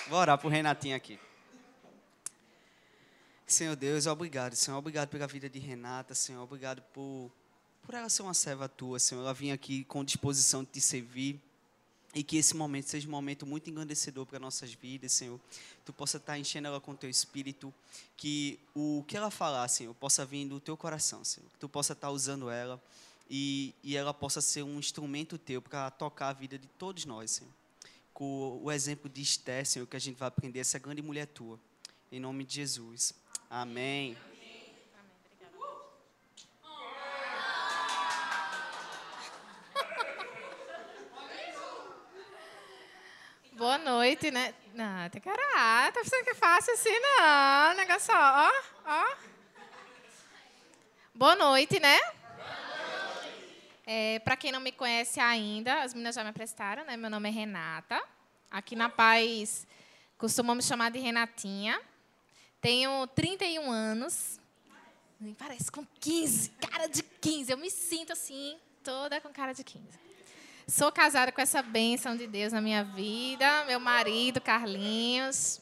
Vou orar pro Renatinho aqui. Senhor Deus, obrigado, Senhor. Obrigado pela vida de Renata, Senhor. Obrigado por ela ser uma serva tua, Senhor. Ela vinha aqui com disposição de te servir. E que esse momento seja um momento muito engrandecedor para nossas vidas, Senhor. Tu possa estar enchendo ela com o teu espírito. Que o que ela falar, Senhor, possa vir do teu coração, Senhor. Que tu possa estar usando ela. E ela possa ser um instrumento teu para tocar a vida de todos nós, Senhor. Com o exemplo de Esther, Senhor, que a gente vai aprender, essa grande mulher tua. Em nome de Jesus. Amém. Boa noite, né? Não, tem cara, tá pensando que é fácil assim, não. Negócio, ó. Boa noite, né? Para quem não me conhece ainda, as meninas já me apresentaram, né? Meu nome é Renata. Aqui na Paz, costumam me chamar de Renatinha. Tenho 31 anos. Me parece com 15, cara de 15. Eu me sinto assim, toda com cara de 15. Sou casada com essa bênção de Deus na minha vida. Meu marido, Carlinhos.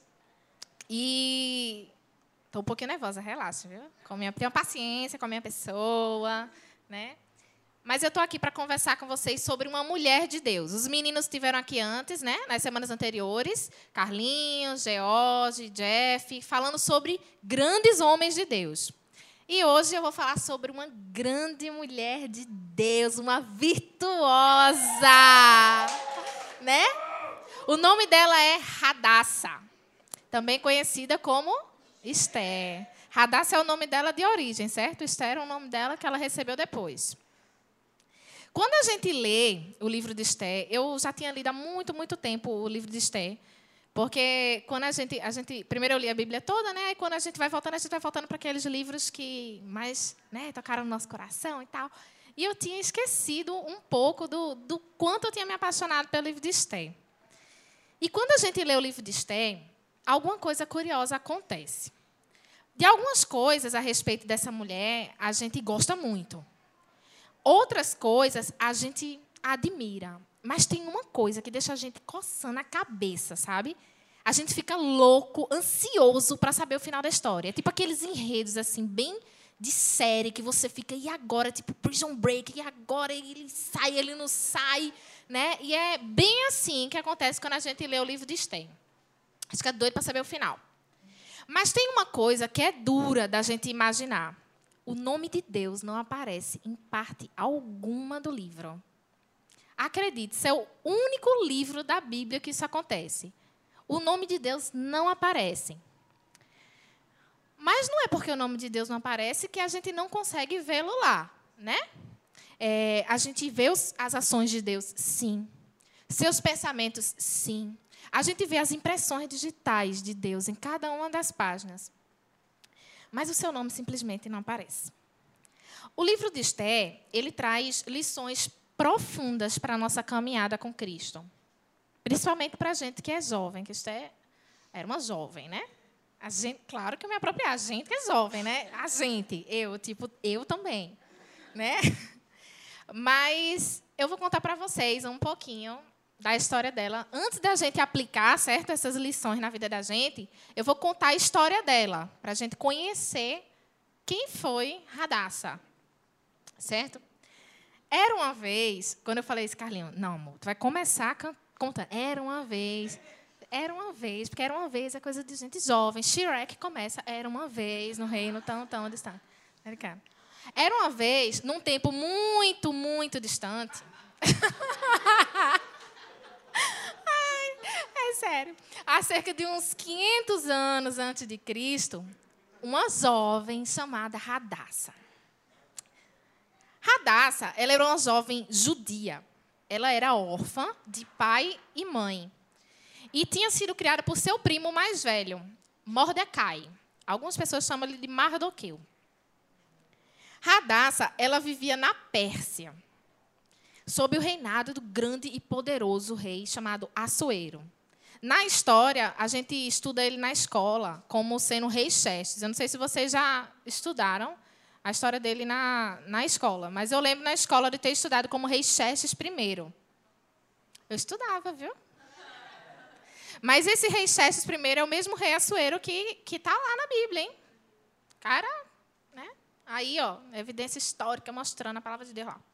E estou um pouquinho nervosa, relaxa, viu? Tenho paciência com a minha pessoa, né? Mas eu estou aqui para conversar com vocês sobre uma mulher de Deus. Os meninos estiveram aqui antes, né? Nas semanas anteriores. Carlinhos, George, Jeff, falando sobre grandes homens de Deus. E hoje eu vou falar sobre uma grande mulher de Deus, uma virtuosa, né? O nome dela é Radassa, também conhecida como Esther. Radassa é o nome dela de origem, certo? Esther é o nome dela que ela recebeu depois. Quando a gente lê o livro de Esther, eu já tinha lido há muito, muito tempo o livro de Esther, porque quando a gente primeiro eu li a Bíblia toda, né? E quando a gente vai voltando para aqueles livros que mais, né, tocaram no nosso coração e tal. E eu tinha esquecido um pouco do quanto eu tinha me apaixonado pelo livro de Esther. E quando a gente lê o livro de Esther, alguma coisa curiosa acontece. De algumas coisas a respeito dessa mulher, a gente gosta muito. Outras coisas a gente admira. Mas tem uma coisa que deixa a gente coçando a cabeça, sabe? A gente fica louco, ansioso para saber o final da história. É tipo aqueles enredos, assim, bem de série, que você fica, e agora? Tipo Prison Break, e agora? Ele sai, ele não sai, né? E é bem assim que acontece quando a gente lê o livro de Esther. A gente fica doido para saber o final. Mas tem uma coisa que é dura da gente imaginar. O nome de Deus não aparece em parte alguma do livro. Acredite, esse é o único livro da Bíblia que isso acontece. O nome de Deus não aparece. Mas não é porque o nome de Deus não aparece que a gente não consegue vê-lo lá, né? A gente vê as ações de Deus, sim. Seus pensamentos, sim. A gente vê as impressões digitais de Deus em cada uma das páginas. Mas o seu nome simplesmente não aparece. O livro de Esther, ele traz lições profundas para a nossa caminhada com Cristo. Principalmente para a gente que é jovem, que Esther era uma jovem, né? A gente, claro que eu me apropriar, a gente que é jovem, né? A gente, eu também, né? Mas eu vou contar para vocês um pouquinho da história dela. Antes da gente aplicar, certo, essas lições na vida da gente, eu vou contar a história dela, para a gente conhecer quem foi Radassa, certo? Era uma vez, quando eu falei isso, Carlinhos, não, amor, tu vai começar contando. Era uma vez, porque era uma vez é coisa de gente jovem. Shrek começa, era uma vez no reino tão distante. Era uma vez, num tempo muito, muito distante. É sério. Há cerca de uns 500 anos antes de Cristo, uma jovem chamada Radassa. Radassa, ela era uma jovem judia. Ela era órfã de pai e mãe. E tinha sido criada por seu primo mais velho, Mordecai. Algumas pessoas chamam ele de Mardoqueu. Radassa, ela vivia na Pérsia, sob o reinado do grande e poderoso rei chamado Assuero. Na história, a gente estuda ele na escola como sendo o rei Xerxes. Eu não sei se vocês já estudaram a história dele na escola, mas eu lembro na escola de ter estudado como rei Xerxes I. Eu estudava, viu? Mas esse rei Xerxes I é o mesmo rei Assuero que está lá na Bíblia, hein? Cara, né? Aí, ó, evidência histórica mostrando a palavra de Deus lá.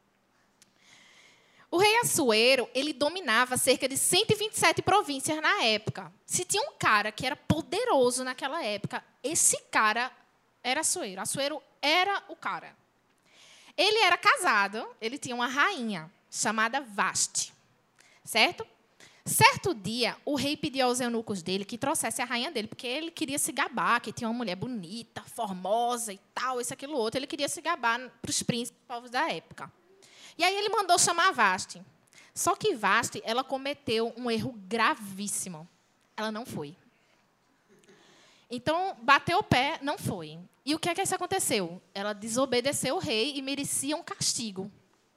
O rei Assuero, ele dominava cerca de 127 províncias na época. Se tinha um cara que era poderoso naquela época, esse cara era Assuero. Assuero era o cara. Ele era casado, ele tinha uma rainha chamada Vaste, certo? Certo dia, o rei pediu aos eunucos dele que trouxesse a rainha dele, porque ele queria se gabar, que tinha uma mulher bonita, formosa e tal, isso, aquilo, outro. Ele queria se gabar para os príncipes povos da época. E aí ele mandou chamar a Vaste. Só que Vaste, ela cometeu um erro gravíssimo. Ela não foi. Então, bateu o pé, não foi. E o que é que isso aconteceu? Ela desobedeceu o rei e merecia um castigo.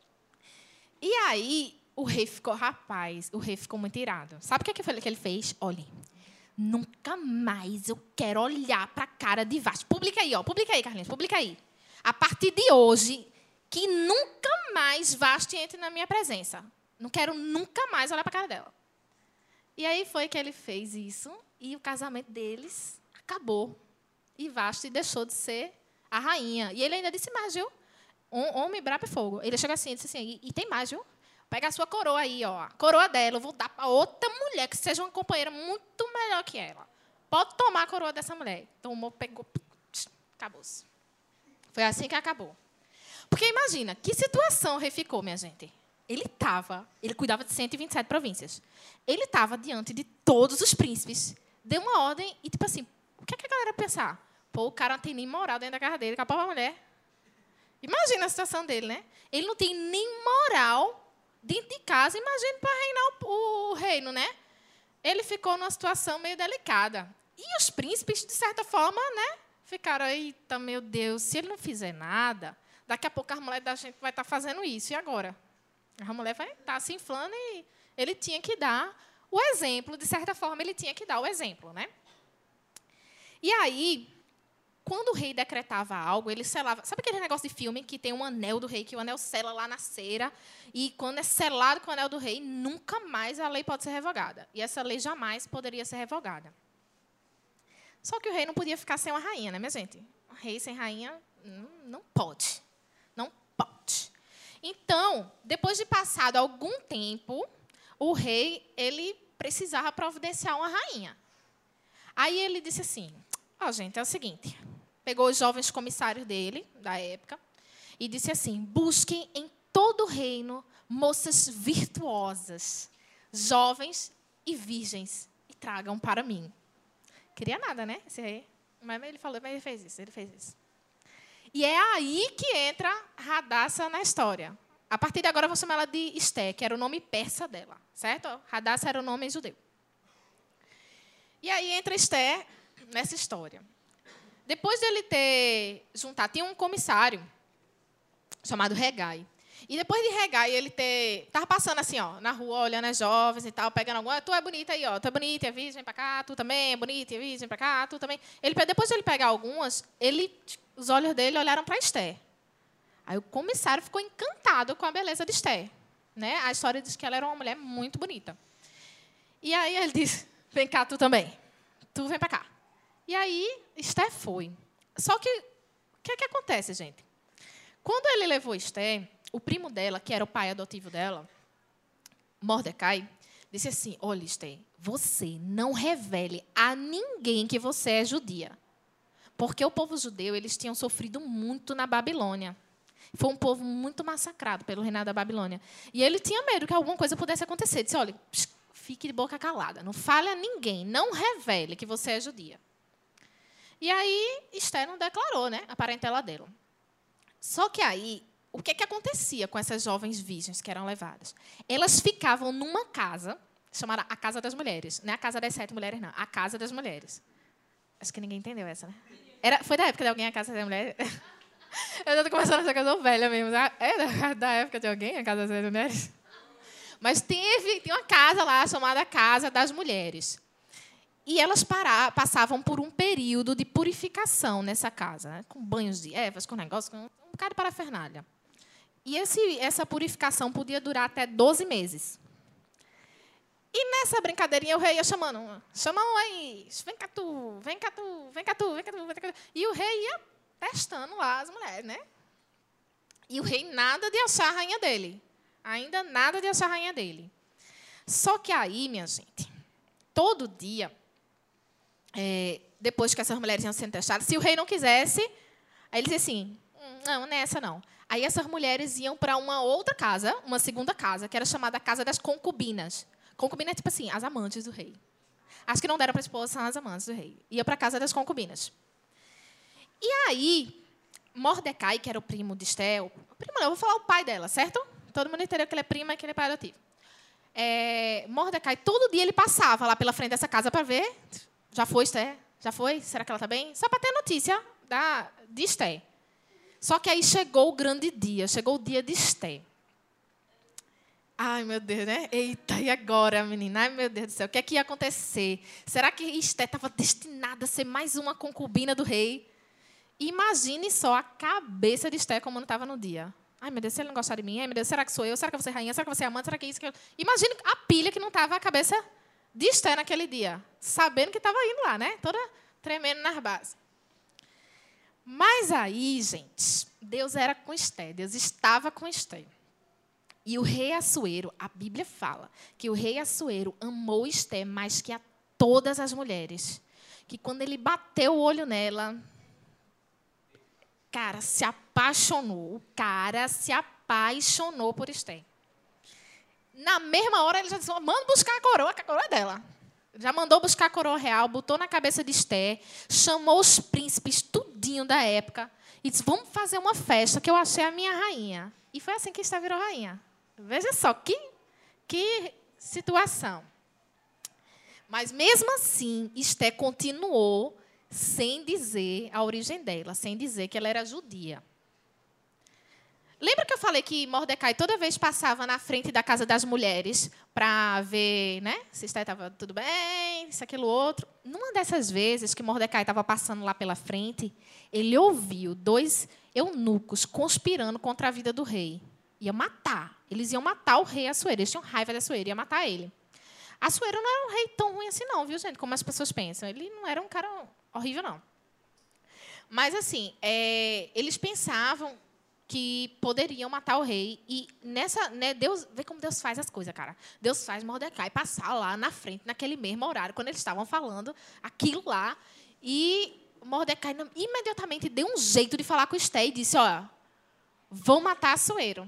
E aí, o rei ficou muito irado. Sabe o que ele fez? Olha, nunca mais eu quero olhar para a cara de Vaste. Publica aí, Carlinhos, publica aí. A partir de hoje, que nunca mais Vaste entre na minha presença. Não quero nunca mais olhar para a cara dela. E aí foi que ele fez isso, e o casamento deles acabou. E Vaste deixou de ser a rainha. E ele ainda disse mais, viu? Homem brabo é fogo. Ele chegou assim e disse assim, e tem mais, viu? Pega a sua coroa aí, ó. A coroa dela, eu vou dar para outra mulher que seja uma companheira muito melhor que ela. Pode tomar a coroa dessa mulher. Tomou, pegou, acabou-se. Foi assim que acabou. Porque imagina, que situação o rei ficou, minha gente? Ele cuidava de 127 províncias. Ele estava diante de todos os príncipes. Deu uma ordem e, tipo assim, o que é que a galera ia pensar? Pô, o cara não tem nem moral dentro da casa dele, com a própria mulher. Imagina a situação dele, né? Ele não tem nem moral dentro de casa, imagina para reinar o reino, né? Ele ficou numa situação meio delicada. E os príncipes, de certa forma, né, ficaram, eita, meu Deus, se ele não fizer nada, daqui a pouco a mulher da gente vai estar fazendo isso. E agora? A mulher vai estar se inflando e ele tinha que dar o exemplo. De certa forma, ele tinha que dar o exemplo, né? E aí, quando o rei decretava algo, ele selava. Sabe aquele negócio de filme que tem um anel do rei, que o anel sela lá na cera, e quando é selado com o anel do rei, nunca mais a lei pode ser revogada. E essa lei jamais poderia ser revogada. Só que o rei não podia ficar sem uma rainha, né, minha gente? Um rei sem rainha não pode. Não pode. Então, depois de passado algum tempo, o rei ele precisava providenciar uma rainha. Aí ele disse assim, gente, é o seguinte, pegou os jovens comissários dele, da época, e disse assim, busquem em todo o reino moças virtuosas, jovens e virgens, e tragam para mim. Queria nada, né, esse rei? Mas ele falou, mas ele fez isso. E é aí que entra Radassa na história. A partir de agora, eu vou chamar ela de Esté, que era o nome persa dela, certo? Radassa era o nome judeu. E aí entra Esté nessa história. Depois dele ter juntado, tinha um comissário chamado Regai. E depois de Regai, ele estava passando assim, ó, na rua, olhando as jovens e tal, pegando alguma, tu é bonita aí, ó, tu é bonita, é virgem para cá, tu também é bonita, é virgem para cá, tu também. Depois de ele pegar algumas, os olhos dele olharam para Esté. Aí o comissário ficou encantado com a beleza de Esté, né? A história diz que ela era uma mulher muito bonita. E aí ele disse, vem cá, tu também. Tu vem para cá. E aí, Esté foi. Só que, o que é que acontece, gente? Quando ele levou Esté, o primo dela, que era o pai adotivo dela, Mordecai, disse assim, olha, Esté, você não revele a ninguém que você é judia. Porque o povo judeu, eles tinham sofrido muito na Babilônia. Foi um povo muito massacrado pelo reinado da Babilônia. E ele tinha medo que alguma coisa pudesse acontecer. Ele disse, olha, fique de boca calada, não fale a ninguém, não revele que você é judia. E aí, Esté não declarou, né, a parentela dela. Só que aí, o que acontecia com essas jovens virgens que eram levadas? Elas ficavam numa casa, chamada a Casa das Mulheres. Não é a Casa das 7 Mulheres, não. A Casa das Mulheres. Acho que ninguém entendeu essa, né? Foi da época de alguém a Casa das Mulheres? Eu estou começando a ser casal velha mesmo. É da época de alguém a Casa das Mulheres? Mas tinha uma casa lá chamada Casa das Mulheres. E elas passavam por um período de purificação nessa casa, né? Com banhos de ervas, com negócio, com um bocado de parafernália. E essa purificação podia durar até 12 meses. E nessa brincadeirinha o rei ia chamando chama um aí, vem cá tu, vem cá tu, vem cá tu, vem cá tu, vem cá tu. E o rei ia testando lá as mulheres, né? E o rei nada de achar a rainha dele. Ainda nada de achar a rainha dele. Só que aí, minha gente, todo dia, depois que essas mulheres iam sendo testadas, se o rei não quisesse, aí ele dizia assim, não é essa não. Aí essas mulheres iam para uma outra casa, uma segunda casa, que era chamada a Casa das Concubinas. Concubina é tipo assim, as amantes do rei. As que não deram para a esposa são as amantes do rei. Ia para a Casa das Concubinas. E aí, Mordecai, que era o primo de Esté, primo não, eu vou falar o pai dela, certo? Todo mundo entendeu que ele é primo e que ele é pai adotivo. Mordecai, todo dia ele passava lá pela frente dessa casa para ver. Já foi, Esté? Já foi? Será que ela está bem? Só para ter notícia de Esté. Só que aí chegou o grande dia, chegou o dia de Esté. Ai, meu Deus, né? Eita, e agora, menina? Ai, meu Deus do céu, o que é que ia acontecer? Será que Esté estava destinada a ser mais uma concubina do rei? Imagine só a cabeça de Esté como não estava no dia. Ai, meu Deus, se ele não gostar de mim, ai, meu Deus, será que sou eu? Será que eu vou ser rainha? Será que eu vou ser amante? Será que é isso? Imagine a pilha que não estava a cabeça de Esté naquele dia, sabendo que estava indo lá, né? Toda tremendo nas bases. Mas aí, gente, Deus era com Esté, Deus estava com Esté. E o rei Assuero, a Bíblia fala que o rei Assuero amou Esté mais que a todas as mulheres. Que quando ele bateu o olho nela, cara, se apaixonou. O cara se apaixonou por Esté. Na mesma hora, ele já disse, manda buscar a coroa, que a coroa é dela. Já mandou buscar a coroa real, botou na cabeça de Esté, chamou os príncipes, tudinho da época, e disse, vamos fazer uma festa que eu achei a minha rainha. E foi assim que Esté virou rainha. Veja só, que situação. Mas, mesmo assim, Esté continuou sem dizer a origem dela, sem dizer que ela era judia. Lembra que eu falei que Mordecai toda vez passava na frente da casa das mulheres para ver, né, se Esté estava tudo bem, isso, aquilo, outro? Numa dessas vezes que Mordecai estava passando lá pela frente, ele ouviu 2 eunucos conspirando contra a vida do rei. Eles iam matar o rei Assuero. Eles tinham raiva de Assuero, iam matar ele. Assuero não era um rei tão ruim assim, não, viu, gente? Como as pessoas pensam. Ele não era um cara horrível, não. Mas, assim, eles pensavam que poderiam matar o rei. E nessa, né, Deus, vê como Deus faz as coisas, cara. Deus faz Mordecai passar lá na frente, naquele mesmo horário, quando eles estavam falando aquilo lá. E Mordecai imediatamente deu um jeito de falar com Esté e disse, ó, vão matar Assuero.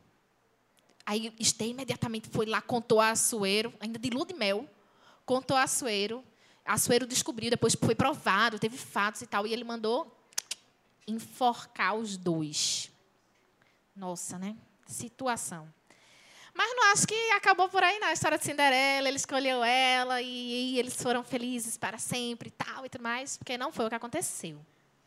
Aí Esté imediatamente foi lá, contou a Assuero, ainda de lua de mel, contou a Assuero. Assuero descobriu, depois foi provado, teve fatos e tal, e ele mandou enforcar os 2. Nossa, né? Situação. Mas não acho que acabou por aí, não. A história de Cinderela, ele escolheu ela e eles foram felizes para sempre e tal e tudo mais, porque não foi o que aconteceu.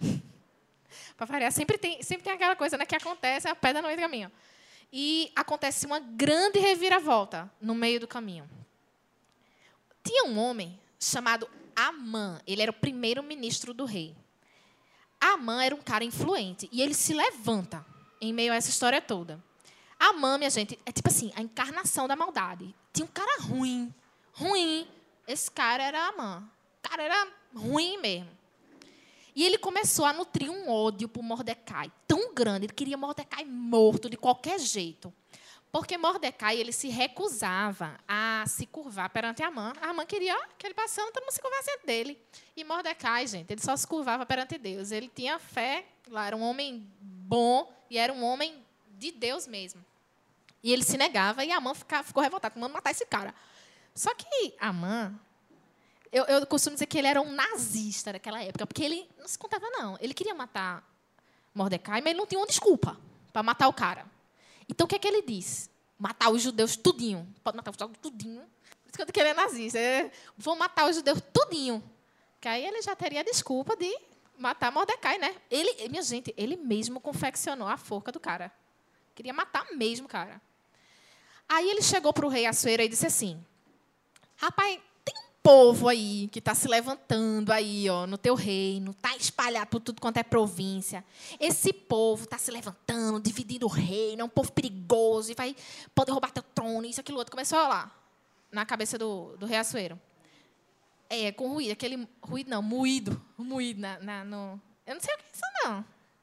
Para variar, sempre tem aquela coisa, né, que acontece, a pedra no meio do caminho. E acontece uma grande reviravolta no meio do caminho. Tinha um homem chamado Amã. Ele era o primeiro-ministro do rei. Amã era um cara influente. E ele se levanta em meio a essa história toda. Amã, minha gente, é tipo assim, a encarnação da maldade. Tinha um cara ruim. Esse cara era Amã. O cara era ruim mesmo. E ele começou a nutrir um ódio por Mordecai tão grande. Ele queria Mordecai morto de qualquer jeito. Porque Mordecai ele se recusava a se curvar perante Amã. Amã queria que ele passando, todo mundo se curvasse diante dele. E Mordecai, gente, ele só se curvava perante Deus. Ele tinha fé, lá, era um homem bom e era um homem de Deus mesmo. E ele se negava e Amã ficou revoltado, mandando matar esse cara. Só que Amã... Eu costumo dizer que ele era um nazista naquela época, porque ele não se contava, não. Ele queria matar Mordecai, mas ele não tinha uma desculpa para matar o cara. Então, o que é que ele diz? Matar os judeus tudinho. Pode matar os judeus tudinho. Por isso que eu digo que ele é nazista. Vou matar os judeus tudinho. Que aí ele já teria a desculpa de matar Mordecai, né? Minha gente, ele mesmo confeccionou a forca do cara. Queria matar mesmo o cara. Aí ele chegou para o rei Assuero e disse assim, rapaz, povo aí que está se levantando aí, ó, no teu reino, está espalhado por tudo quanto é província. Esse povo está se levantando, dividindo o reino, é um povo perigoso e pode roubar teu trono, isso, aquilo, outro. Começou lá. na cabeça do rei Assuero. Com ruído, aquele ruído não, moído no... Eu não sei o que é isso, não.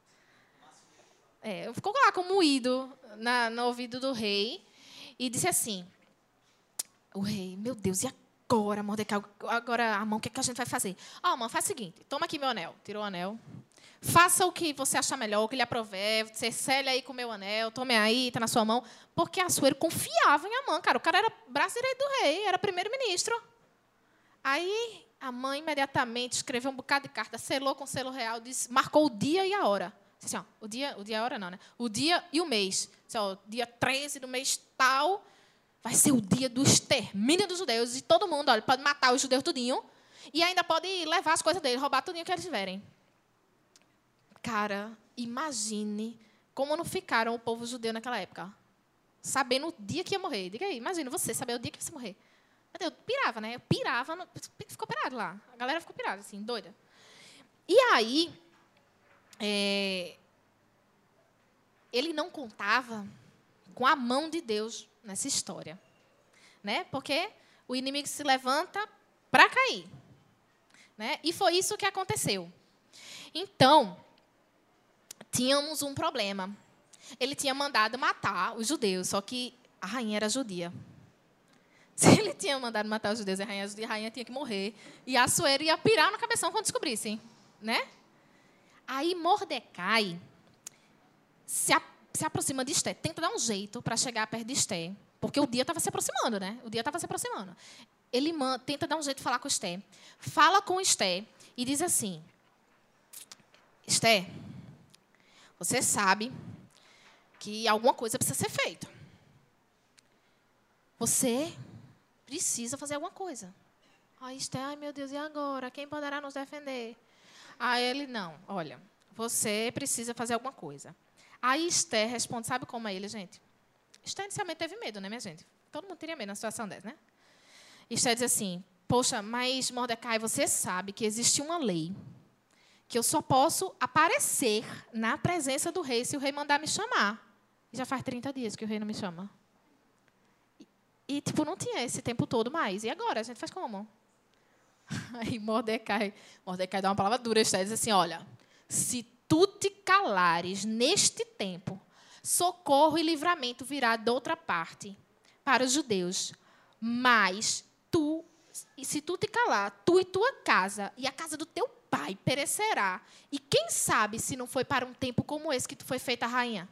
Ficou lá com moído no ouvido do rei e disse assim, o rei, meu Deus, e agora, Mordecai, agora, Amã, o que a gente vai fazer? Amã, faz o seguinte, toma aqui meu anel. Tirou o anel. Faça o que você achar melhor, o que lhe aprover. Você sele aí com o meu anel, tome aí, está na sua mão. Porque Assuero confiava em Amã, cara. O cara era braço direito do rei, era primeiro-ministro. Aí, Amã imediatamente escreveu um bocado de carta, selou com selo real, disse, marcou o dia e a hora. Disse assim, ó, o dia e a hora não, né? O dia e o mês. Disse, ó, dia 13 do mês tal, vai ser o dia do extermínio dos judeus. E todo mundo, olha, pode matar os judeus tudinho e ainda pode levar as coisas deles, roubar tudinho que eles tiverem. Cara, imagine como não ficaram o povo judeu naquela época. Sabendo o dia que ia morrer. Diga aí, imagina você saber o dia que ia morrer. Eu pirava, né? Eu pirava, ficou pirado lá. A galera ficou pirada, assim, doida. E aí, ele não contava com a mão de Deus nessa história. Né? Porque o inimigo se levanta para cair. Né? E foi isso que aconteceu. Então, tínhamos um problema. Ele tinha mandado matar os judeus, só que a rainha era judia. Se ele tinha mandado matar os judeus e a rainha tinha que morrer, e Assuero ia pirar no cabeção quando descobrissem. Né? Aí Mordecai se aproxima de Esté, tenta dar um jeito para chegar perto de Esté, porque o dia estava se aproximando, né? O dia estava se aproximando. Ele tenta dar um jeito de falar com Esté. Fala com Esté e diz assim, Esté, você sabe que alguma coisa precisa ser feita. Você precisa fazer alguma coisa. Aí Esté, ai meu Deus, e agora? Quem poderá nos defender? Aí ele, não, olha, você precisa fazer alguma coisa. Aí Esté responde, sabe como é ele, gente? Esté inicialmente teve medo, né, minha gente? Todo mundo teria medo na situação dessa, né? Esté diz assim, poxa, mas Mordecai, você sabe que existe uma lei que eu só posso aparecer na presença do rei se o rei mandar me chamar. E já faz 30 dias que o rei não me chama. E tipo, não tinha esse tempo todo mais. E agora? A gente faz como? Aí Mordecai dá uma palavra dura, Esté diz assim, olha, se tu te calares neste tempo, socorro e livramento virá de outra parte para os judeus. Mas se tu te calar, tu e tua casa, e a casa do teu pai perecerá. E quem sabe se não foi para um tempo como esse que tu foi feita rainha?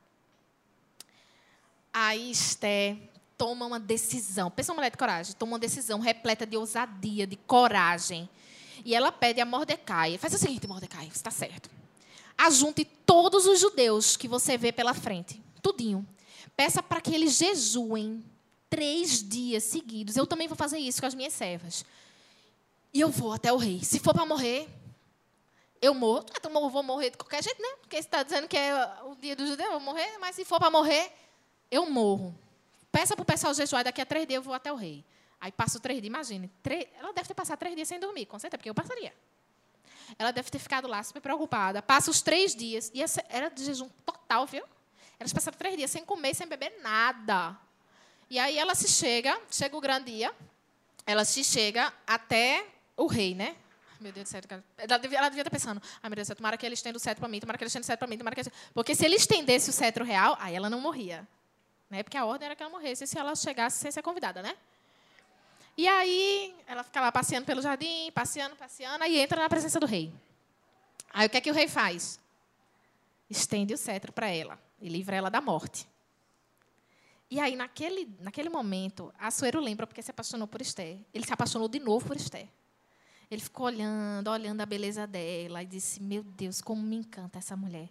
Aí Esté toma uma decisão. Pensa uma mulher de coragem. Toma uma decisão repleta de ousadia, de coragem. E ela pede a Mordecai. Faz o seguinte, Mordecai, você está certo. Ajunte todos os judeus que você vê pela frente. Tudinho. Peça para que eles jejuem 3 dias seguidos. Eu também vou fazer isso com as minhas servas. E eu vou até o rei. Se for para morrer, eu morro. Eu vou morrer de qualquer jeito, né? Porque você está dizendo que é o dia do judeu, eu vou morrer. Mas se for para morrer, eu morro. Peça para o pessoal jejuar, daqui a 3 dias eu vou até o rei. Aí passo 3 dias, imagine. Ela deve ter passado 3 dias sem dormir, com certeza, porque eu passaria. Ela deve ter ficado lá super preocupada. Passa os 3 dias. E era de jejum total, viu? Elas passaram 3 dias sem comer, sem beber nada. E aí ela chega o grande dia, ela se chega até o rei, né? Meu Deus do céu. Ela devia estar pensando, ai, meu Deus do céu, tomara que ele estenda o cetro para mim, tomara que ele estenda o cetro para mim, tomara que ele... Porque se ele estendesse o cetro real, aí ela não morria. Né? Porque a ordem era que ela morresse se ela chegasse sem ser convidada, né? E aí ela fica lá passeando pelo jardim, passeando, aí entra na presença do rei. Aí o que é que o rei faz? Estende o cetro para ela e livra ela da morte. E aí, naquele momento, Assuero lembra porque se apaixonou por Esté. Ele se apaixonou de novo por Esté. Ele ficou olhando a beleza dela e disse, meu Deus, como me encanta essa mulher.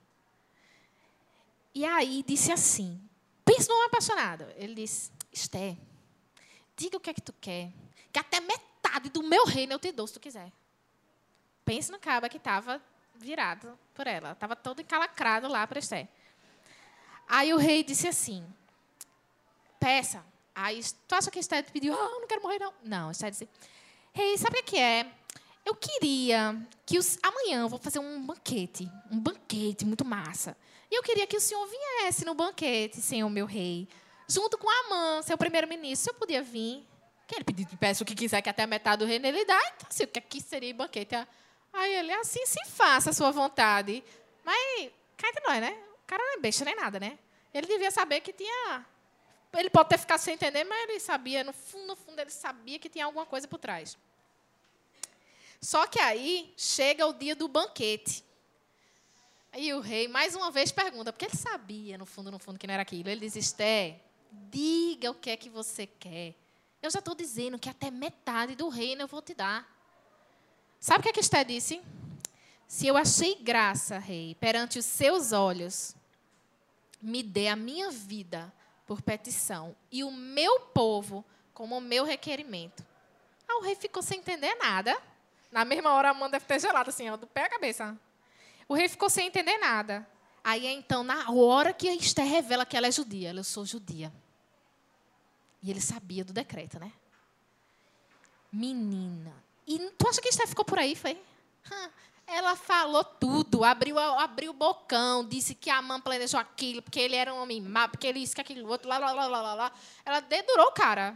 E aí disse assim, pensa num apaixonado. Ele disse, Esté, diga o que é que tu quer, que até metade do meu reino eu te dou se tu quiser. Pense no caba que estava virado por ela. Estava todo encalacrado lá para Esté. Aí o rei disse assim, peça. Aí, tu acha que Esté pediu, não quero morrer, não. Não, Esté disse, rei, sabe o que é? Eu queria que amanhã eu vou fazer um banquete muito massa. E eu queria que o senhor viesse no banquete, senhor meu rei, junto com Amã, seu primeiro-ministro. O senhor podia vir? Que ele pediu, peça o que quiser, que até a metade do reino ele dá. Então, assim, o que aqui seria banquete? Aí ele, assim, se faça a sua vontade. Mas, cá entre nós, né? O cara não é besta nem nada, né? Ele devia saber que tinha... Ele pode ter ficado sem entender, mas ele sabia, no fundo, ele sabia que tinha alguma coisa por trás. Só que aí chega o dia do banquete. Aí o rei, mais uma vez, pergunta, porque ele sabia, no fundo, que não era aquilo. Ele diz, Esther, diga o que é que você quer. Eu já estou dizendo que até metade do reino eu vou te dar. Sabe o que é que Esther disse? Se eu achei graça, rei, perante os seus olhos, me dê a minha vida por petição e o meu povo como o meu requerimento. Aí o rei ficou sem entender nada. Na mesma hora, a mão deve ter gelado, assim, ó, do pé à cabeça. O rei ficou sem entender nada. Aí, então, na hora que a Esther revela que ela é judia, eu sou judia. E ele sabia do decreto, né? Menina. E tu acha que Esther ficou por aí, foi? Ela falou tudo, abriu o bocão, disse que Amã planejou aquilo, porque ele era um homem mau, porque ele isso, que aquilo, outro, lá, lá, lá, lá, lá. Ela dedurou o cara.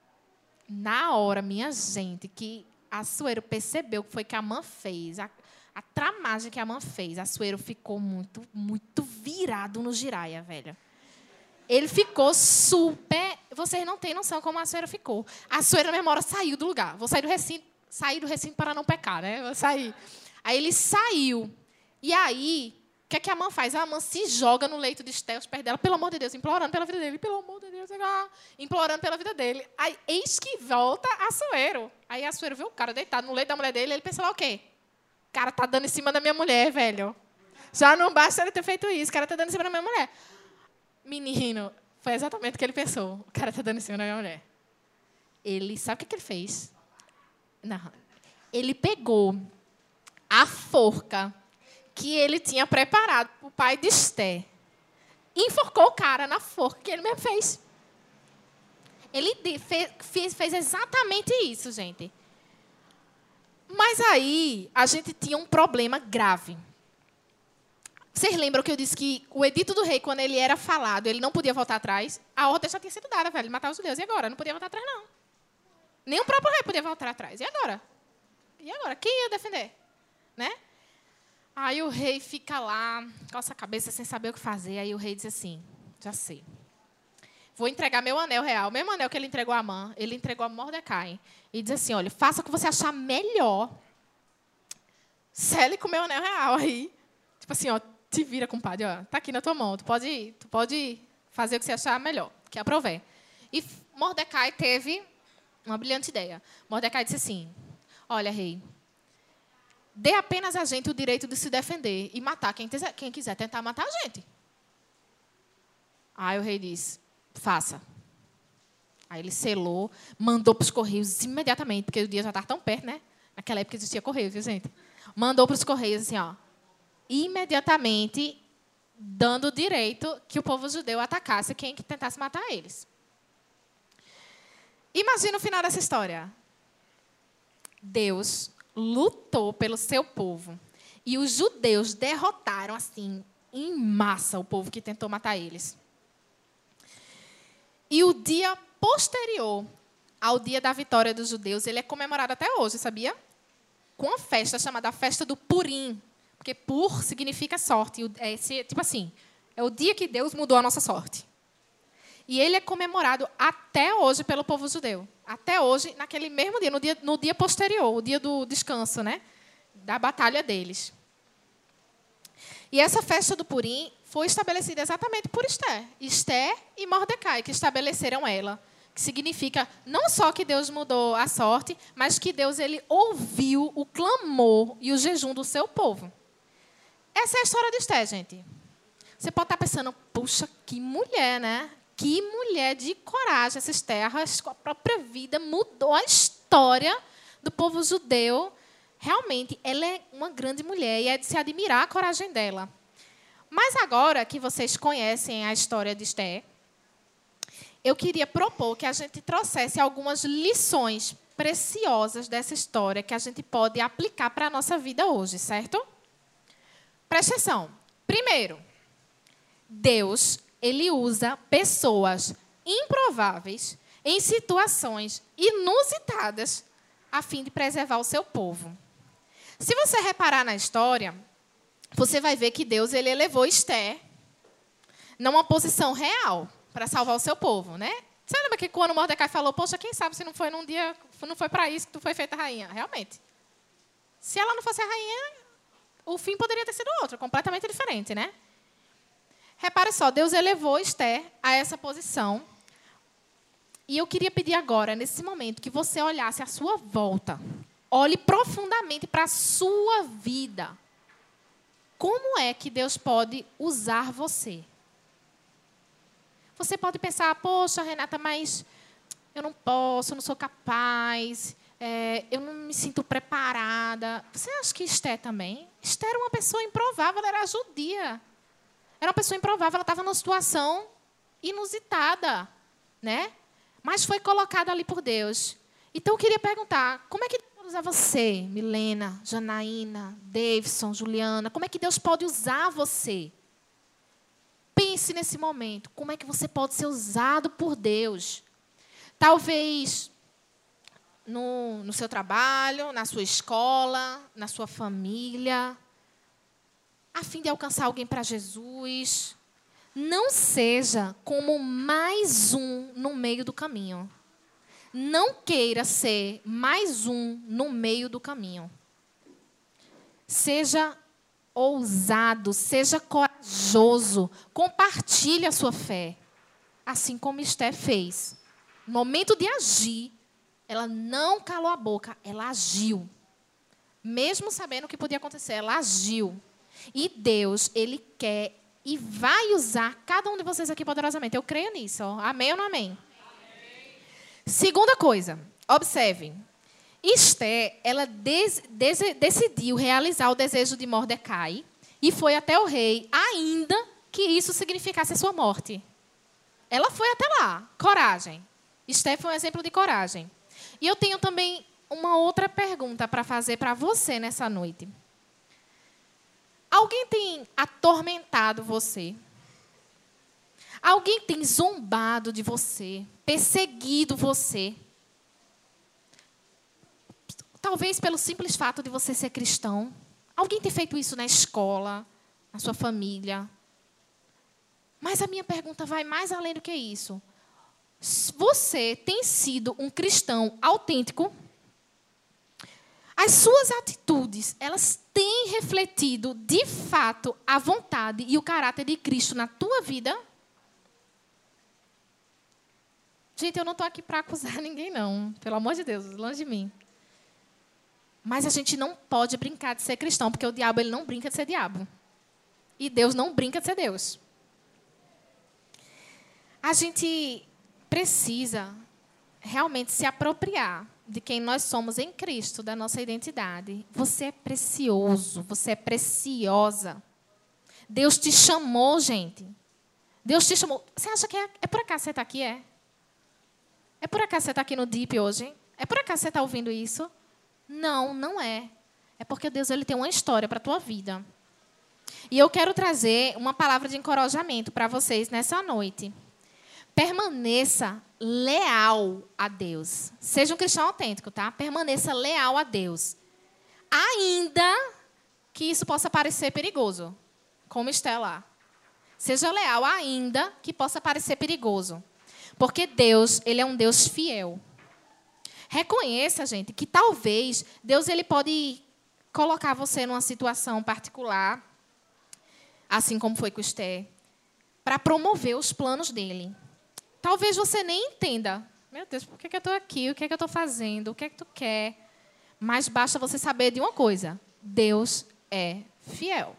Na hora, minha gente, que Assuero percebeu o que foi que Amã fez, a tramagem que Amã fez, Assuero ficou muito, muito virado no giraia, velho. Ele ficou super... Vocês não têm noção como Assuero ficou. Assuero, na mesma hora, saiu do lugar. Vou sair do recinto para não pecar, né? Vou sair. Aí ele saiu. E aí, o que é que Amã faz? A Amã se joga no leito de Esther, aos pés dela, pelo amor de Deus, implorando pela vida dele. Pelo amor de Deus, implorando pela vida dele. Aí, eis que volta Assuero. Aí Assuero vê o cara deitado no leito da mulher dele, ele pensa lá o quê? O cara tá dando em cima da minha mulher, velho. Já não basta ele ter feito isso, o cara tá dando em cima da minha mulher. Menino, foi exatamente o que ele pensou. O cara tá dando em cima da minha mulher. Ele, sabe o que ele fez? Não. Ele pegou a forca que ele tinha preparado para o pai de Esther e enforcou o cara na forca que ele mesmo fez. Ele fez exatamente isso, gente. Mas aí, a gente tinha um problema grave. Vocês lembram que eu disse que o edito do rei, quando ele era falado, ele não podia voltar atrás? A ordem já tinha sido dada, velho, de matar os judeus. E agora? Não podia voltar atrás, não. Nem o próprio rei podia voltar atrás. E agora? E agora? Quem ia defender? Né? Aí o rei fica lá, com essa cabeça, sem saber o que fazer. Aí o rei diz assim, já sei. Vou entregar meu anel real, o mesmo anel que ele entregou a Amã, ele entregou a Mordecai. E diz assim, olha, faça o que você achar melhor. Sele com o meu anel real aí. Tipo assim, ó, te vira, compadre, ó, tá aqui na tua mão. Tu pode fazer o que você achar melhor, que aprover. E Mordecai teve uma brilhante ideia. Mordecai disse assim, olha, rei, dê apenas a gente o direito de se defender e matar quem quiser tentar matar a gente. Aí o rei disse, faça. Aí ele selou, mandou para os correios imediatamente, porque o dia já estava tão perto, né? Naquela época existia correio, viu, gente? Mandou para os correios assim, ó, imediatamente dando o direito que o povo judeu atacasse quem tentasse matar eles. Imagina o final dessa história. Deus lutou pelo seu povo. E os judeus derrotaram, assim, em massa, o povo que tentou matar eles. E o dia posterior ao dia da vitória dos judeus, ele é comemorado até hoje, sabia? Com uma festa chamada Festa do Purim. Porque Pur significa sorte. Tipo assim, é o dia que Deus mudou a nossa sorte. E ele é comemorado até hoje pelo povo judeu. Até hoje, naquele mesmo dia, no dia posterior, o dia do descanso, né? Da batalha deles. E essa festa do Purim foi estabelecida exatamente por Esther. Esther e Mordecai, que estabeleceram ela. Que significa não só que Deus mudou a sorte, mas que Deus ele ouviu o clamor e o jejum do seu povo. Essa é a história de Esther, gente. Você pode estar pensando, puxa, que mulher, né? Que mulher de coragem. Essa Esther, com a própria vida, mudou a história do povo judeu. Realmente, ela é uma grande mulher e é de se admirar a coragem dela. Mas agora que vocês conhecem a história de Esther, eu queria propor que a gente trouxesse algumas lições preciosas dessa história que a gente pode aplicar para a nossa vida hoje, certo? Presta atenção. Primeiro, Deus, ele usa pessoas improváveis em situações inusitadas, a fim de preservar o seu povo. Se você reparar na história, você vai ver que Deus ele elevou Esther numa posição real para salvar o seu povo, né? Você lembra que quando Mordecai falou, poxa, quem sabe se não foi num dia, não foi para isso que tu foi feita rainha? Realmente. Se ela não fosse a rainha, o fim poderia ter sido outro, completamente diferente, né? Repare só, Deus elevou Esther a essa posição. E eu queria pedir agora, nesse momento, que você olhasse à sua volta. Olhe profundamente para a sua vida. Como é que Deus pode usar você? Você pode pensar, poxa, Renata, mas eu não posso, eu não sou capaz, eu não me sinto preparada. Você acha que Esther também? Esther era uma pessoa improvável, ela era judia. Era uma pessoa improvável, ela estava numa situação inusitada, né? Mas foi colocada ali por Deus. Então, eu queria perguntar, como é que Deus pode usar você, Milena, Janaína, Davidson, Juliana? Como é que Deus pode usar você? Pense nesse momento, como é que você pode ser usado por Deus? Talvez no seu trabalho, na sua escola, na sua família, a fim de alcançar alguém para Jesus. Não seja como mais um no meio do caminho. Não queira ser mais um no meio do caminho. Seja ousado, seja corajoso, compartilhe a sua fé, assim como Esther fez. No momento de agir, ela não calou a boca, ela agiu. Mesmo sabendo o que podia acontecer, ela agiu. E Deus, Ele quer e vai usar cada um de vocês aqui poderosamente. Eu creio nisso. Ó. Amém ou não amém? Amém. Segunda coisa, observe. Esther, ela decidiu realizar o desejo de Mordecai e foi até o rei, ainda que isso significasse a sua morte. Ela foi até lá. Coragem. Esther foi um exemplo de coragem. E eu tenho também uma outra pergunta para fazer para você nessa noite. Alguém tem atormentado você? Alguém tem zombado de você? Perseguido você? Talvez pelo simples fato de você ser cristão. Alguém tem feito isso na escola, na sua família. Mas a minha pergunta vai mais além do que isso. Você tem sido um cristão autêntico? As suas atitudes, elas têm refletido, de fato, a vontade e o caráter de Cristo na tua vida? Gente, eu não estou aqui para acusar ninguém, não. Pelo amor de Deus, longe de mim. Mas a gente não pode brincar de ser cristão, porque o diabo ele não brinca de ser diabo. E Deus não brinca de ser Deus. A gente precisa realmente se apropriar de quem nós somos em Cristo, da nossa identidade. Você é precioso, você é preciosa. Deus te chamou, gente. Deus te chamou. Você acha que é por acaso você está aqui? É por acaso você está aqui no Deep hoje? É por acaso você está ouvindo isso? Não, não é. É porque Deus ele tem uma história para a tua vida. E eu quero trazer uma palavra de encorajamento para vocês nessa noite. Permaneça leal a Deus. Seja um cristão autêntico, tá? Permaneça leal a Deus. Ainda que isso possa parecer perigoso, como está lá. Seja leal ainda que possa parecer perigoso. Porque Deus, ele é um Deus fiel. Reconheça, gente, que talvez Deus ele pode colocar você numa situação particular, assim como foi com Esther, para promover os planos dele. Talvez você nem entenda. Meu Deus, por que eu estou aqui? O que é que eu estou fazendo? O que é que tu quer? Mas basta você saber de uma coisa. Deus é fiel.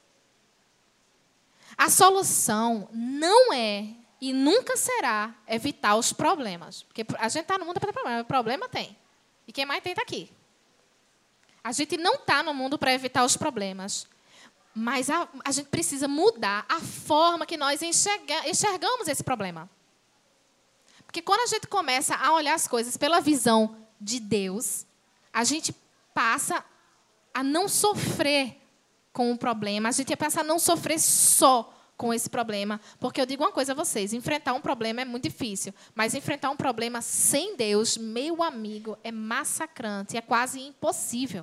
A solução não é e nunca será evitar os problemas. Porque a gente está no mundo para ter problema. O problema tem. E quem mais tem está aqui. A gente não está no mundo para evitar os problemas. Mas a gente precisa mudar a forma que nós enxergamos esse problema. Porque quando a gente começa a olhar as coisas pela visão de Deus, a gente passa a não sofrer com o problema, a gente passa a não sofrer só com esse problema. Porque eu digo uma coisa a vocês, enfrentar um problema é muito difícil, mas enfrentar um problema sem Deus, meu amigo, é massacrante, é quase impossível.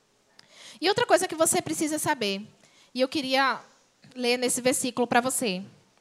E outra coisa que você precisa saber, e eu queria ler nesse versículo para você.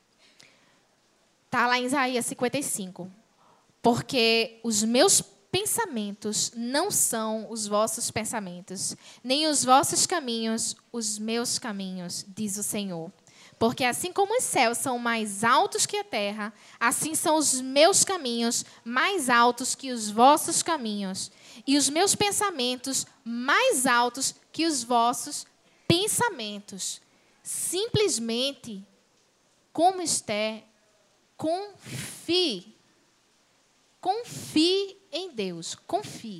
Está lá em Isaías 55. Porque os meus pensamentos não são os vossos pensamentos, nem os vossos caminhos, os meus caminhos, diz o Senhor. Porque assim como os céus são mais altos que a terra, assim são os meus caminhos mais altos que os vossos caminhos, e os meus pensamentos mais altos que os vossos pensamentos. Simplesmente, como Esther, confie. Confie em Deus. Confie.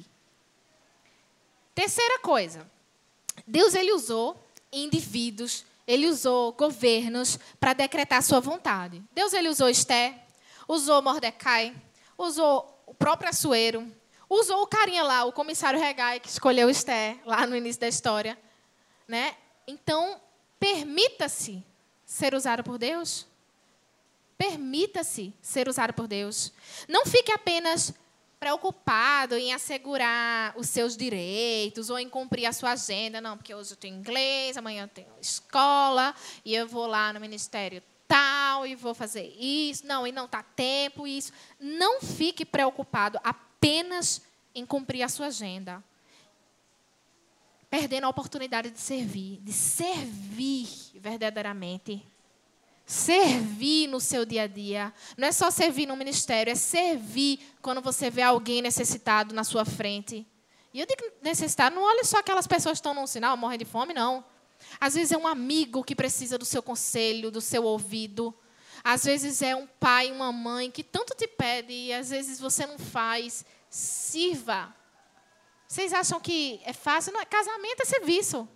Terceira coisa. Deus, ele usou indivíduos, ele usou governos para decretar sua vontade. Deus, ele usou Esther, usou Mordecai, usou o próprio Assuero, usou o carinha lá, o comissário Regai, que escolheu Esther, lá no início da história. Né? Então, permita-se ser usado por Deus. Permita-se ser usado por Deus. Não fique apenas preocupado em assegurar os seus direitos ou em cumprir a sua agenda. Não, porque hoje eu tenho inglês, amanhã eu tenho escola, e eu vou lá no ministério tal, e vou fazer isso. Não, e não está tempo, isso. Não fique preocupado apenas em cumprir a sua agenda. Perdendo a oportunidade de servir verdadeiramente. Servir no seu dia a dia. Não é só servir no ministério, é servir quando você vê alguém necessitado na sua frente. E eu digo necessitado, não olha só aquelas pessoas que estão num sinal, morrendo de fome, não. Às vezes é um amigo que precisa do seu conselho, do seu ouvido. Às vezes é um pai, uma mãe que tanto te pede e às vezes você não faz. Sirva. Vocês acham que é fácil? Não, casamento é serviço.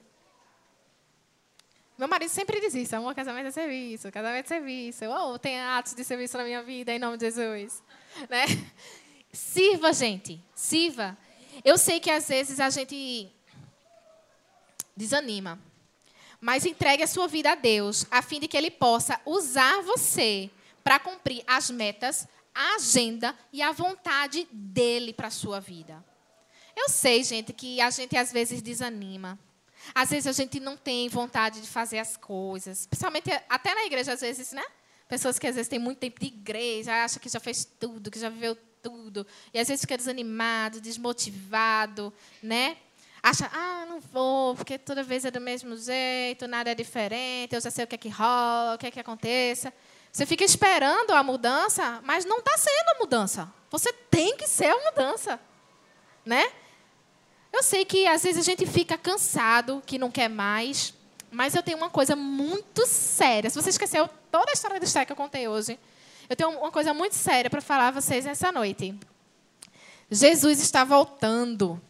Meu marido sempre diz isso, amor, casamento é serviço, casamento é serviço. Eu tenho atos de serviço na minha vida, em nome de Jesus. Né? Sirva, gente, sirva. Eu sei que às vezes a gente desanima, mas entregue a sua vida a Deus, a fim de que Ele possa usar você para cumprir as metas, a agenda e a vontade dEle para a sua vida. Eu sei, gente, que a gente às vezes desanima. Às vezes a gente não tem vontade de fazer as coisas. Principalmente até na igreja, às vezes, né? Pessoas que às vezes têm muito tempo de igreja, acham que já fez tudo, que já viveu tudo. E às vezes fica desanimado, desmotivado, né? Acha, não vou, porque toda vez é do mesmo jeito, nada é diferente, eu já sei o que é que rola, o que é que aconteça. Você fica esperando a mudança, mas não está sendo a mudança. Você tem que ser a mudança, né? Eu sei que, às vezes, a gente fica cansado, que não quer mais, mas eu tenho uma coisa muito séria. Se você esqueceu toda a história do Esther que eu contei hoje, eu tenho uma coisa muito séria para falar a vocês nessa noite. Jesus está voltando.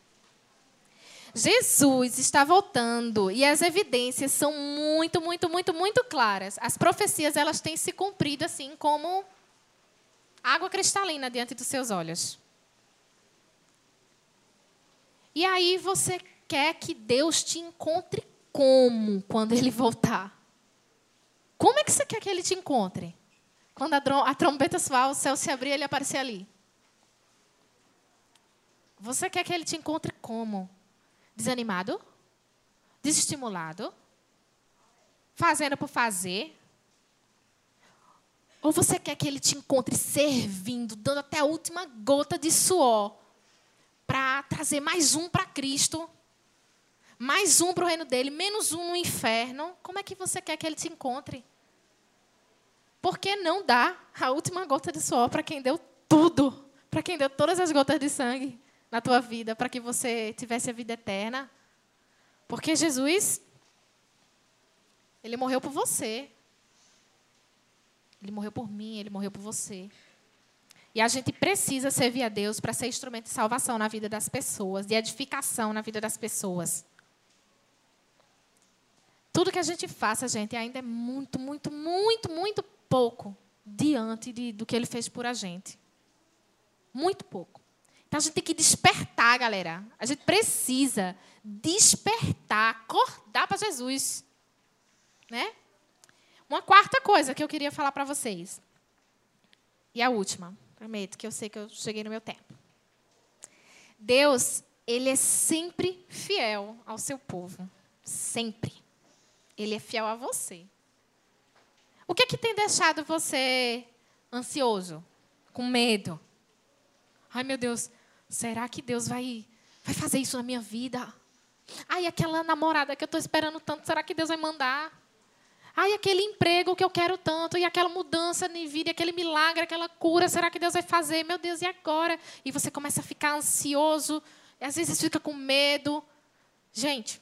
Jesus está voltando. E as evidências são muito, muito, muito, muito claras. As profecias, elas têm se cumprido assim como água cristalina diante dos seus olhos. E aí você quer que Deus te encontre como quando Ele voltar? Como é que você quer que Ele te encontre? Quando a trombeta soar, o céu se abrir e Ele aparecer ali. Você quer que Ele te encontre como? Desanimado? Desestimulado? Fazendo por fazer? Ou você quer que Ele te encontre servindo, dando até a última gota de suor, para trazer mais um para Cristo, mais um para o reino dele, menos um no inferno? Como é que você quer que Ele te encontre? Por que não dá a última gota de suor para quem deu tudo, para quem deu todas as gotas de sangue na tua vida, para que você tivesse a vida eterna? Porque Jesus, Ele morreu por você. Ele morreu por mim, Ele morreu por você. E a gente precisa servir a Deus para ser instrumento de salvação na vida das pessoas, de edificação na vida das pessoas. Tudo que a gente faça, gente, ainda é muito, muito, muito, muito pouco diante do que Ele fez por a gente. Muito pouco. Então, a gente tem que despertar, galera. A gente precisa despertar, acordar para Jesus. Né? Uma quarta coisa que eu queria falar para vocês. E a última. Prometo que eu sei que eu cheguei no meu tempo. Deus, Ele é sempre fiel ao seu povo. Sempre. Ele é fiel a você. O que tem deixado você ansioso? Com medo? Ai, meu Deus, será que Deus vai fazer isso na minha vida? Ai, aquela namorada que eu estou esperando tanto, será que Deus vai mandar? Ai, aquele emprego que eu quero tanto, e aquela mudança de vida, aquele milagre, aquela cura, será que Deus vai fazer? Meu Deus, e agora? E você começa a ficar ansioso, e às vezes fica com medo. Gente,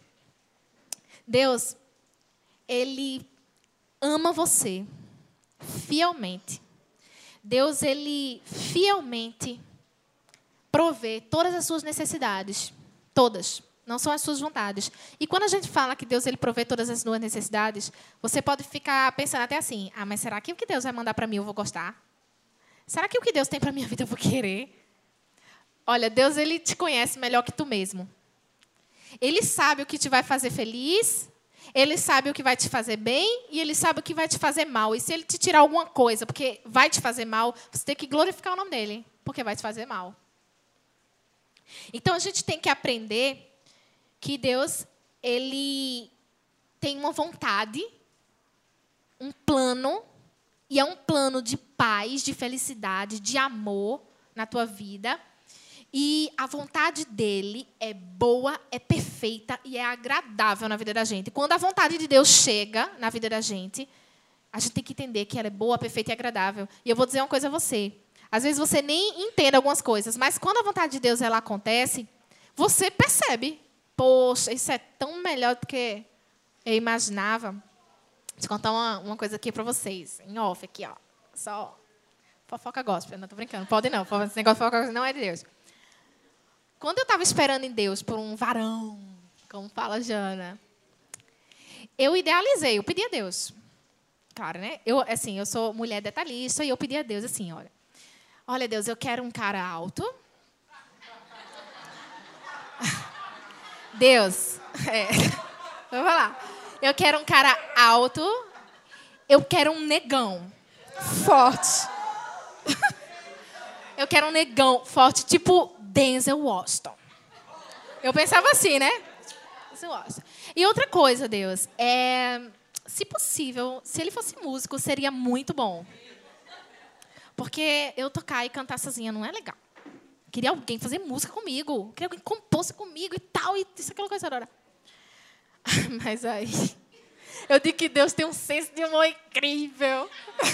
Deus, Ele ama você fielmente. Deus, Ele fielmente provê todas as suas necessidades. Todas. Não são as suas vontades. E quando a gente fala que Deus ele provê todas as suas necessidades, você pode ficar pensando até assim, mas será que o que Deus vai mandar para mim eu vou gostar? Será que o que Deus tem para a minha vida eu vou querer? Olha, Deus ele te conhece melhor que tu mesmo. Ele sabe o que te vai fazer feliz, Ele sabe o que vai te fazer bem e Ele sabe o que vai te fazer mal. E se Ele te tirar alguma coisa porque vai te fazer mal, você tem que glorificar o nome dEle, porque vai te fazer mal. Então, a gente tem que aprender que Deus, Ele tem uma vontade, um plano, e é um plano de paz, de felicidade, de amor na tua vida. E a vontade dEle é boa, é perfeita e é agradável na vida da gente. Quando a vontade de Deus chega na vida da gente, a gente tem que entender que ela é boa, perfeita e agradável. E eu vou dizer uma coisa a você. Às vezes você nem entende algumas coisas, mas quando a vontade de Deus ela acontece, você percebe. Poxa, isso é tão melhor do que eu imaginava. Deixa eu contar uma coisa aqui para vocês. Em off aqui, ó. Só fofoca gospel. Não, tô brincando. Pode não. Esse negócio de fofoca não é de Deus. Quando eu estava esperando em Deus por um varão, como fala a Jana, eu idealizei, eu pedi a Deus. Claro, né? Eu sou mulher detalhista e eu pedi a Deus assim, olha, Deus, eu quero um cara alto. Deus, vou falar. Eu quero um cara alto. Eu quero um negão forte. Eu quero um negão forte, tipo Denzel Washington. Eu pensava assim, né? Denzel Washington. E outra coisa, Deus, se possível, se ele fosse músico, seria muito bom. Porque eu tocar e cantar sozinha não é legal. Queria alguém fazer música comigo. Queria alguém que compôsse comigo e tal. E isso, aquela coisa. Mas aí, eu digo que Deus tem um senso de humor incrível.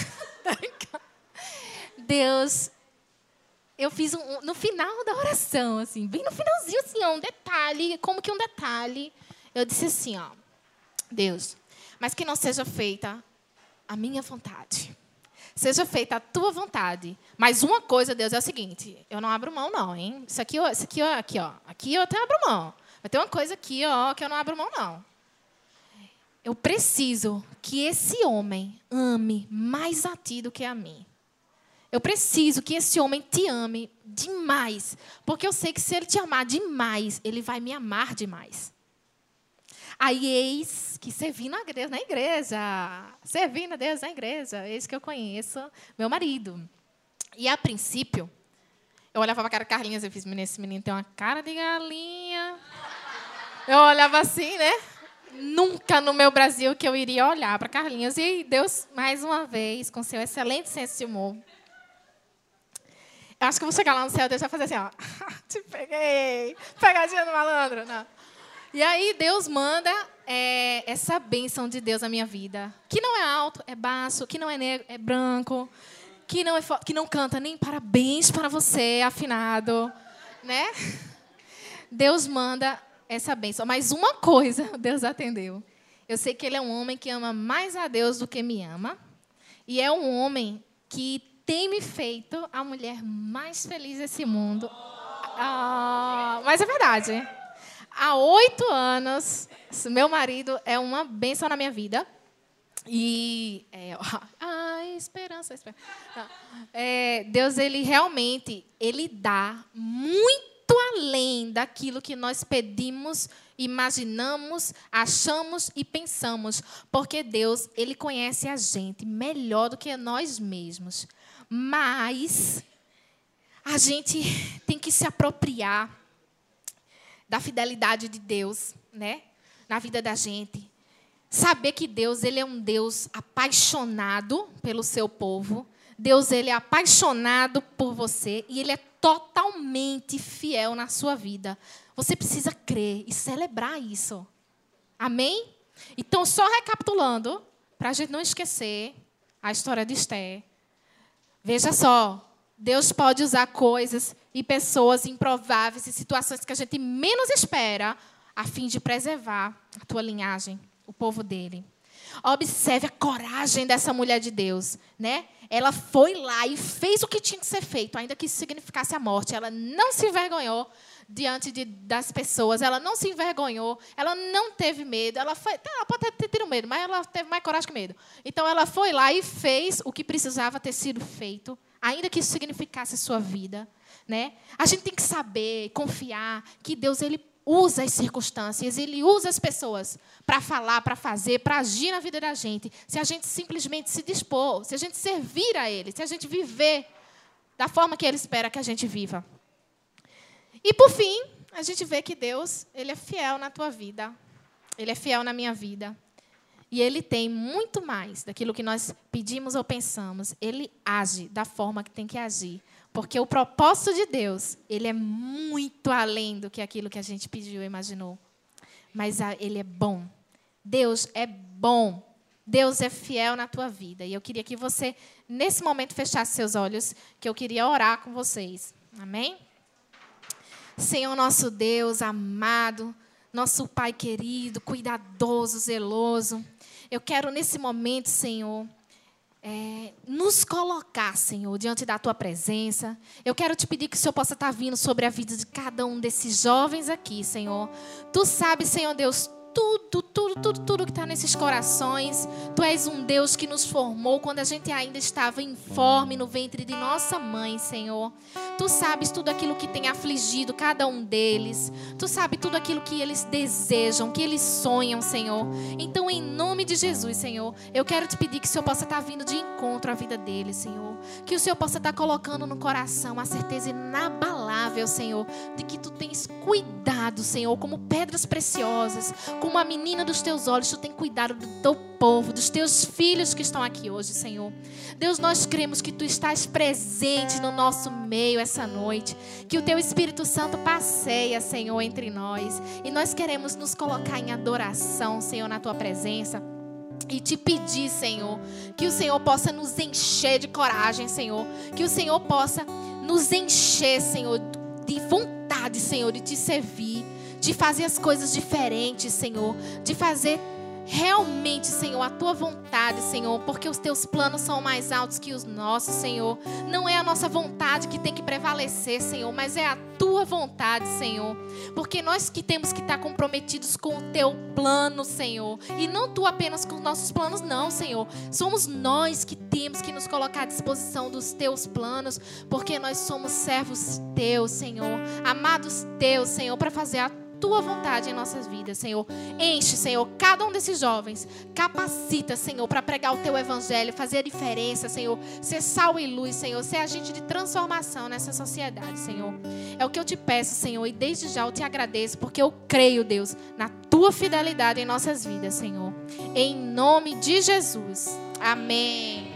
Deus, eu fiz no final da oração, assim, bem no finalzinho, assim, um detalhe, como que um detalhe. Eu disse assim, Deus, mas que não seja feita a minha vontade. Seja feita a tua vontade. Mas uma coisa, Deus, é o seguinte, eu não abro mão, não, hein? Isso aqui, aqui eu até abro mão. Mas tem uma coisa aqui, que eu não abro mão, não. Eu preciso que esse homem ame mais a ti do que a mim. Eu preciso que esse homem te ame demais. Porque eu sei que se ele te amar demais, ele vai me amar demais. Aí, eis que servindo a Deus na igreja. Servindo a Deus na igreja. Eis que eu conheço meu marido. E, a princípio, eu olhava para a cara de Carlinhos e fiz, esse menino tem uma cara de galinha. Eu olhava assim, né? Nunca no meu Brasil que eu iria olhar para Carlinhos. E Deus, mais uma vez, com seu excelente senso de humor. Eu acho que eu vou chegar lá no céu e Deus vai fazer assim, te peguei. Pegadinha do malandro. Não. E aí Deus manda essa bênção de Deus na minha vida. Que não é alto, é baixo. Que não é negro, é branco. Que não canta nem parabéns para você, afinado. Né? Deus manda essa bênção. Mas uma coisa Deus atendeu. Eu sei que ele é um homem que ama mais a Deus do que me ama. E é um homem que tem me feito a mulher mais feliz desse mundo. Mas é verdade. Há 8 anos, meu marido é uma bênção na minha vida. E esperança. Deus, ele realmente, ele dá muito além daquilo que nós pedimos imaginamos, achamos e pensamos. Porque Deus, Ele conhece a gente melhor do que nós mesmos. Mas a gente tem que se apropriar da fidelidade de Deus, né? Na vida da gente. Saber que Deus, Ele é um Deus apaixonado pelo seu povo. Deus, Ele é apaixonado por você e Ele é totalmente fiel na sua vida. Você precisa crer e celebrar isso. Amém? Então, só recapitulando, para a gente não esquecer a história de Esther. Veja só, Deus pode usar coisas e pessoas improváveis e situações que a gente menos espera a fim de preservar a tua linhagem, o povo dele. Observe a coragem dessa mulher de Deus, né? Ela foi lá e fez o que tinha que ser feito, ainda que isso significasse a morte. Ela não se envergonhou diante das pessoas, ela não se envergonhou, ela não teve medo. Ela pode ter tido medo, mas ela teve mais coragem que medo. Então, ela foi lá e fez o que precisava ter sido feito, ainda que isso significasse a sua vida, né? A gente tem que saber, confiar que Deus, Ele usa as circunstâncias, Ele usa as pessoas para falar, para fazer, para agir na vida da gente. Se a gente simplesmente se dispor, se a gente servir a Ele, se a gente viver da forma que Ele espera que a gente viva. E, por fim, a gente vê que Deus, Ele é fiel na tua vida. Ele é fiel na minha vida. E Ele tem muito mais daquilo que nós pedimos ou pensamos. Ele age da forma que tem que agir. Porque o propósito de Deus, Ele é muito além do que aquilo que a gente pediu ou imaginou. Mas Ele é bom. Deus é bom. Deus é fiel na tua vida. E eu queria que você, nesse momento, fechasse seus olhos, que eu queria orar com vocês. Amém? Senhor, nosso Deus amado, nosso Pai querido, cuidadoso, zeloso. Eu quero, nesse momento, Senhor, nos colocar, Senhor, diante da Tua presença. Eu quero te pedir que o Senhor possa estar vindo sobre a vida de cada um desses jovens aqui, Senhor. Tu sabes, Senhor Deus, tudo que está nesses corações. Tu és um Deus que nos formou quando a gente ainda estava informe no ventre de nossa mãe, Senhor. Tu sabes tudo aquilo que tem afligido cada um deles. Tu sabes tudo aquilo que eles desejam, que eles sonham, Senhor. Então, em nome de Jesus, Senhor, eu quero te pedir que o Senhor possa estar vindo de encontro à vida deles, Senhor. Que o Senhor possa estar colocando no coração a certeza inabalável, Senhor, de que Tu tens cuidado, Senhor, como pedras preciosas, como a menina dos Teus olhos. Tu tens cuidado do Teu povo, dos Teus filhos que estão aqui hoje, Senhor. Deus, nós cremos que Tu estás presente no nosso meio essa noite, que o Teu Espírito Santo passeia, Senhor, entre nós, e nós queremos nos colocar em adoração, Senhor, na Tua presença. E te pedir, Senhor, que o Senhor possa nos encher de coragem, Senhor. Que o Senhor possa nos encher, Senhor, de vontade, Senhor, de te servir, de fazer as coisas diferentes, Senhor, de fazer realmente, Senhor, a Tua vontade, Senhor, porque os Teus planos são mais altos que os nossos, Senhor. Não é a nossa vontade que tem que prevalecer, Senhor, mas é a Tua vontade, Senhor. Porque nós que temos que estar comprometidos com o Teu plano, Senhor. E não Tu apenas com os nossos planos, não, Senhor. Somos nós que temos que nos colocar à disposição dos Teus planos, porque nós somos servos Teus, Senhor. Amados Teus, Senhor, para fazer a Tua vontade em nossas vidas, Senhor. Enche, Senhor, cada um desses jovens. Capacita, Senhor, para pregar o Teu evangelho, fazer a diferença, Senhor. Ser sal e luz, Senhor. Ser agente de transformação nessa sociedade, Senhor. É o que eu te peço, Senhor, e desde já eu te agradeço, porque eu creio, Deus, na Tua fidelidade em nossas vidas, Senhor. Em nome de Jesus. Amém.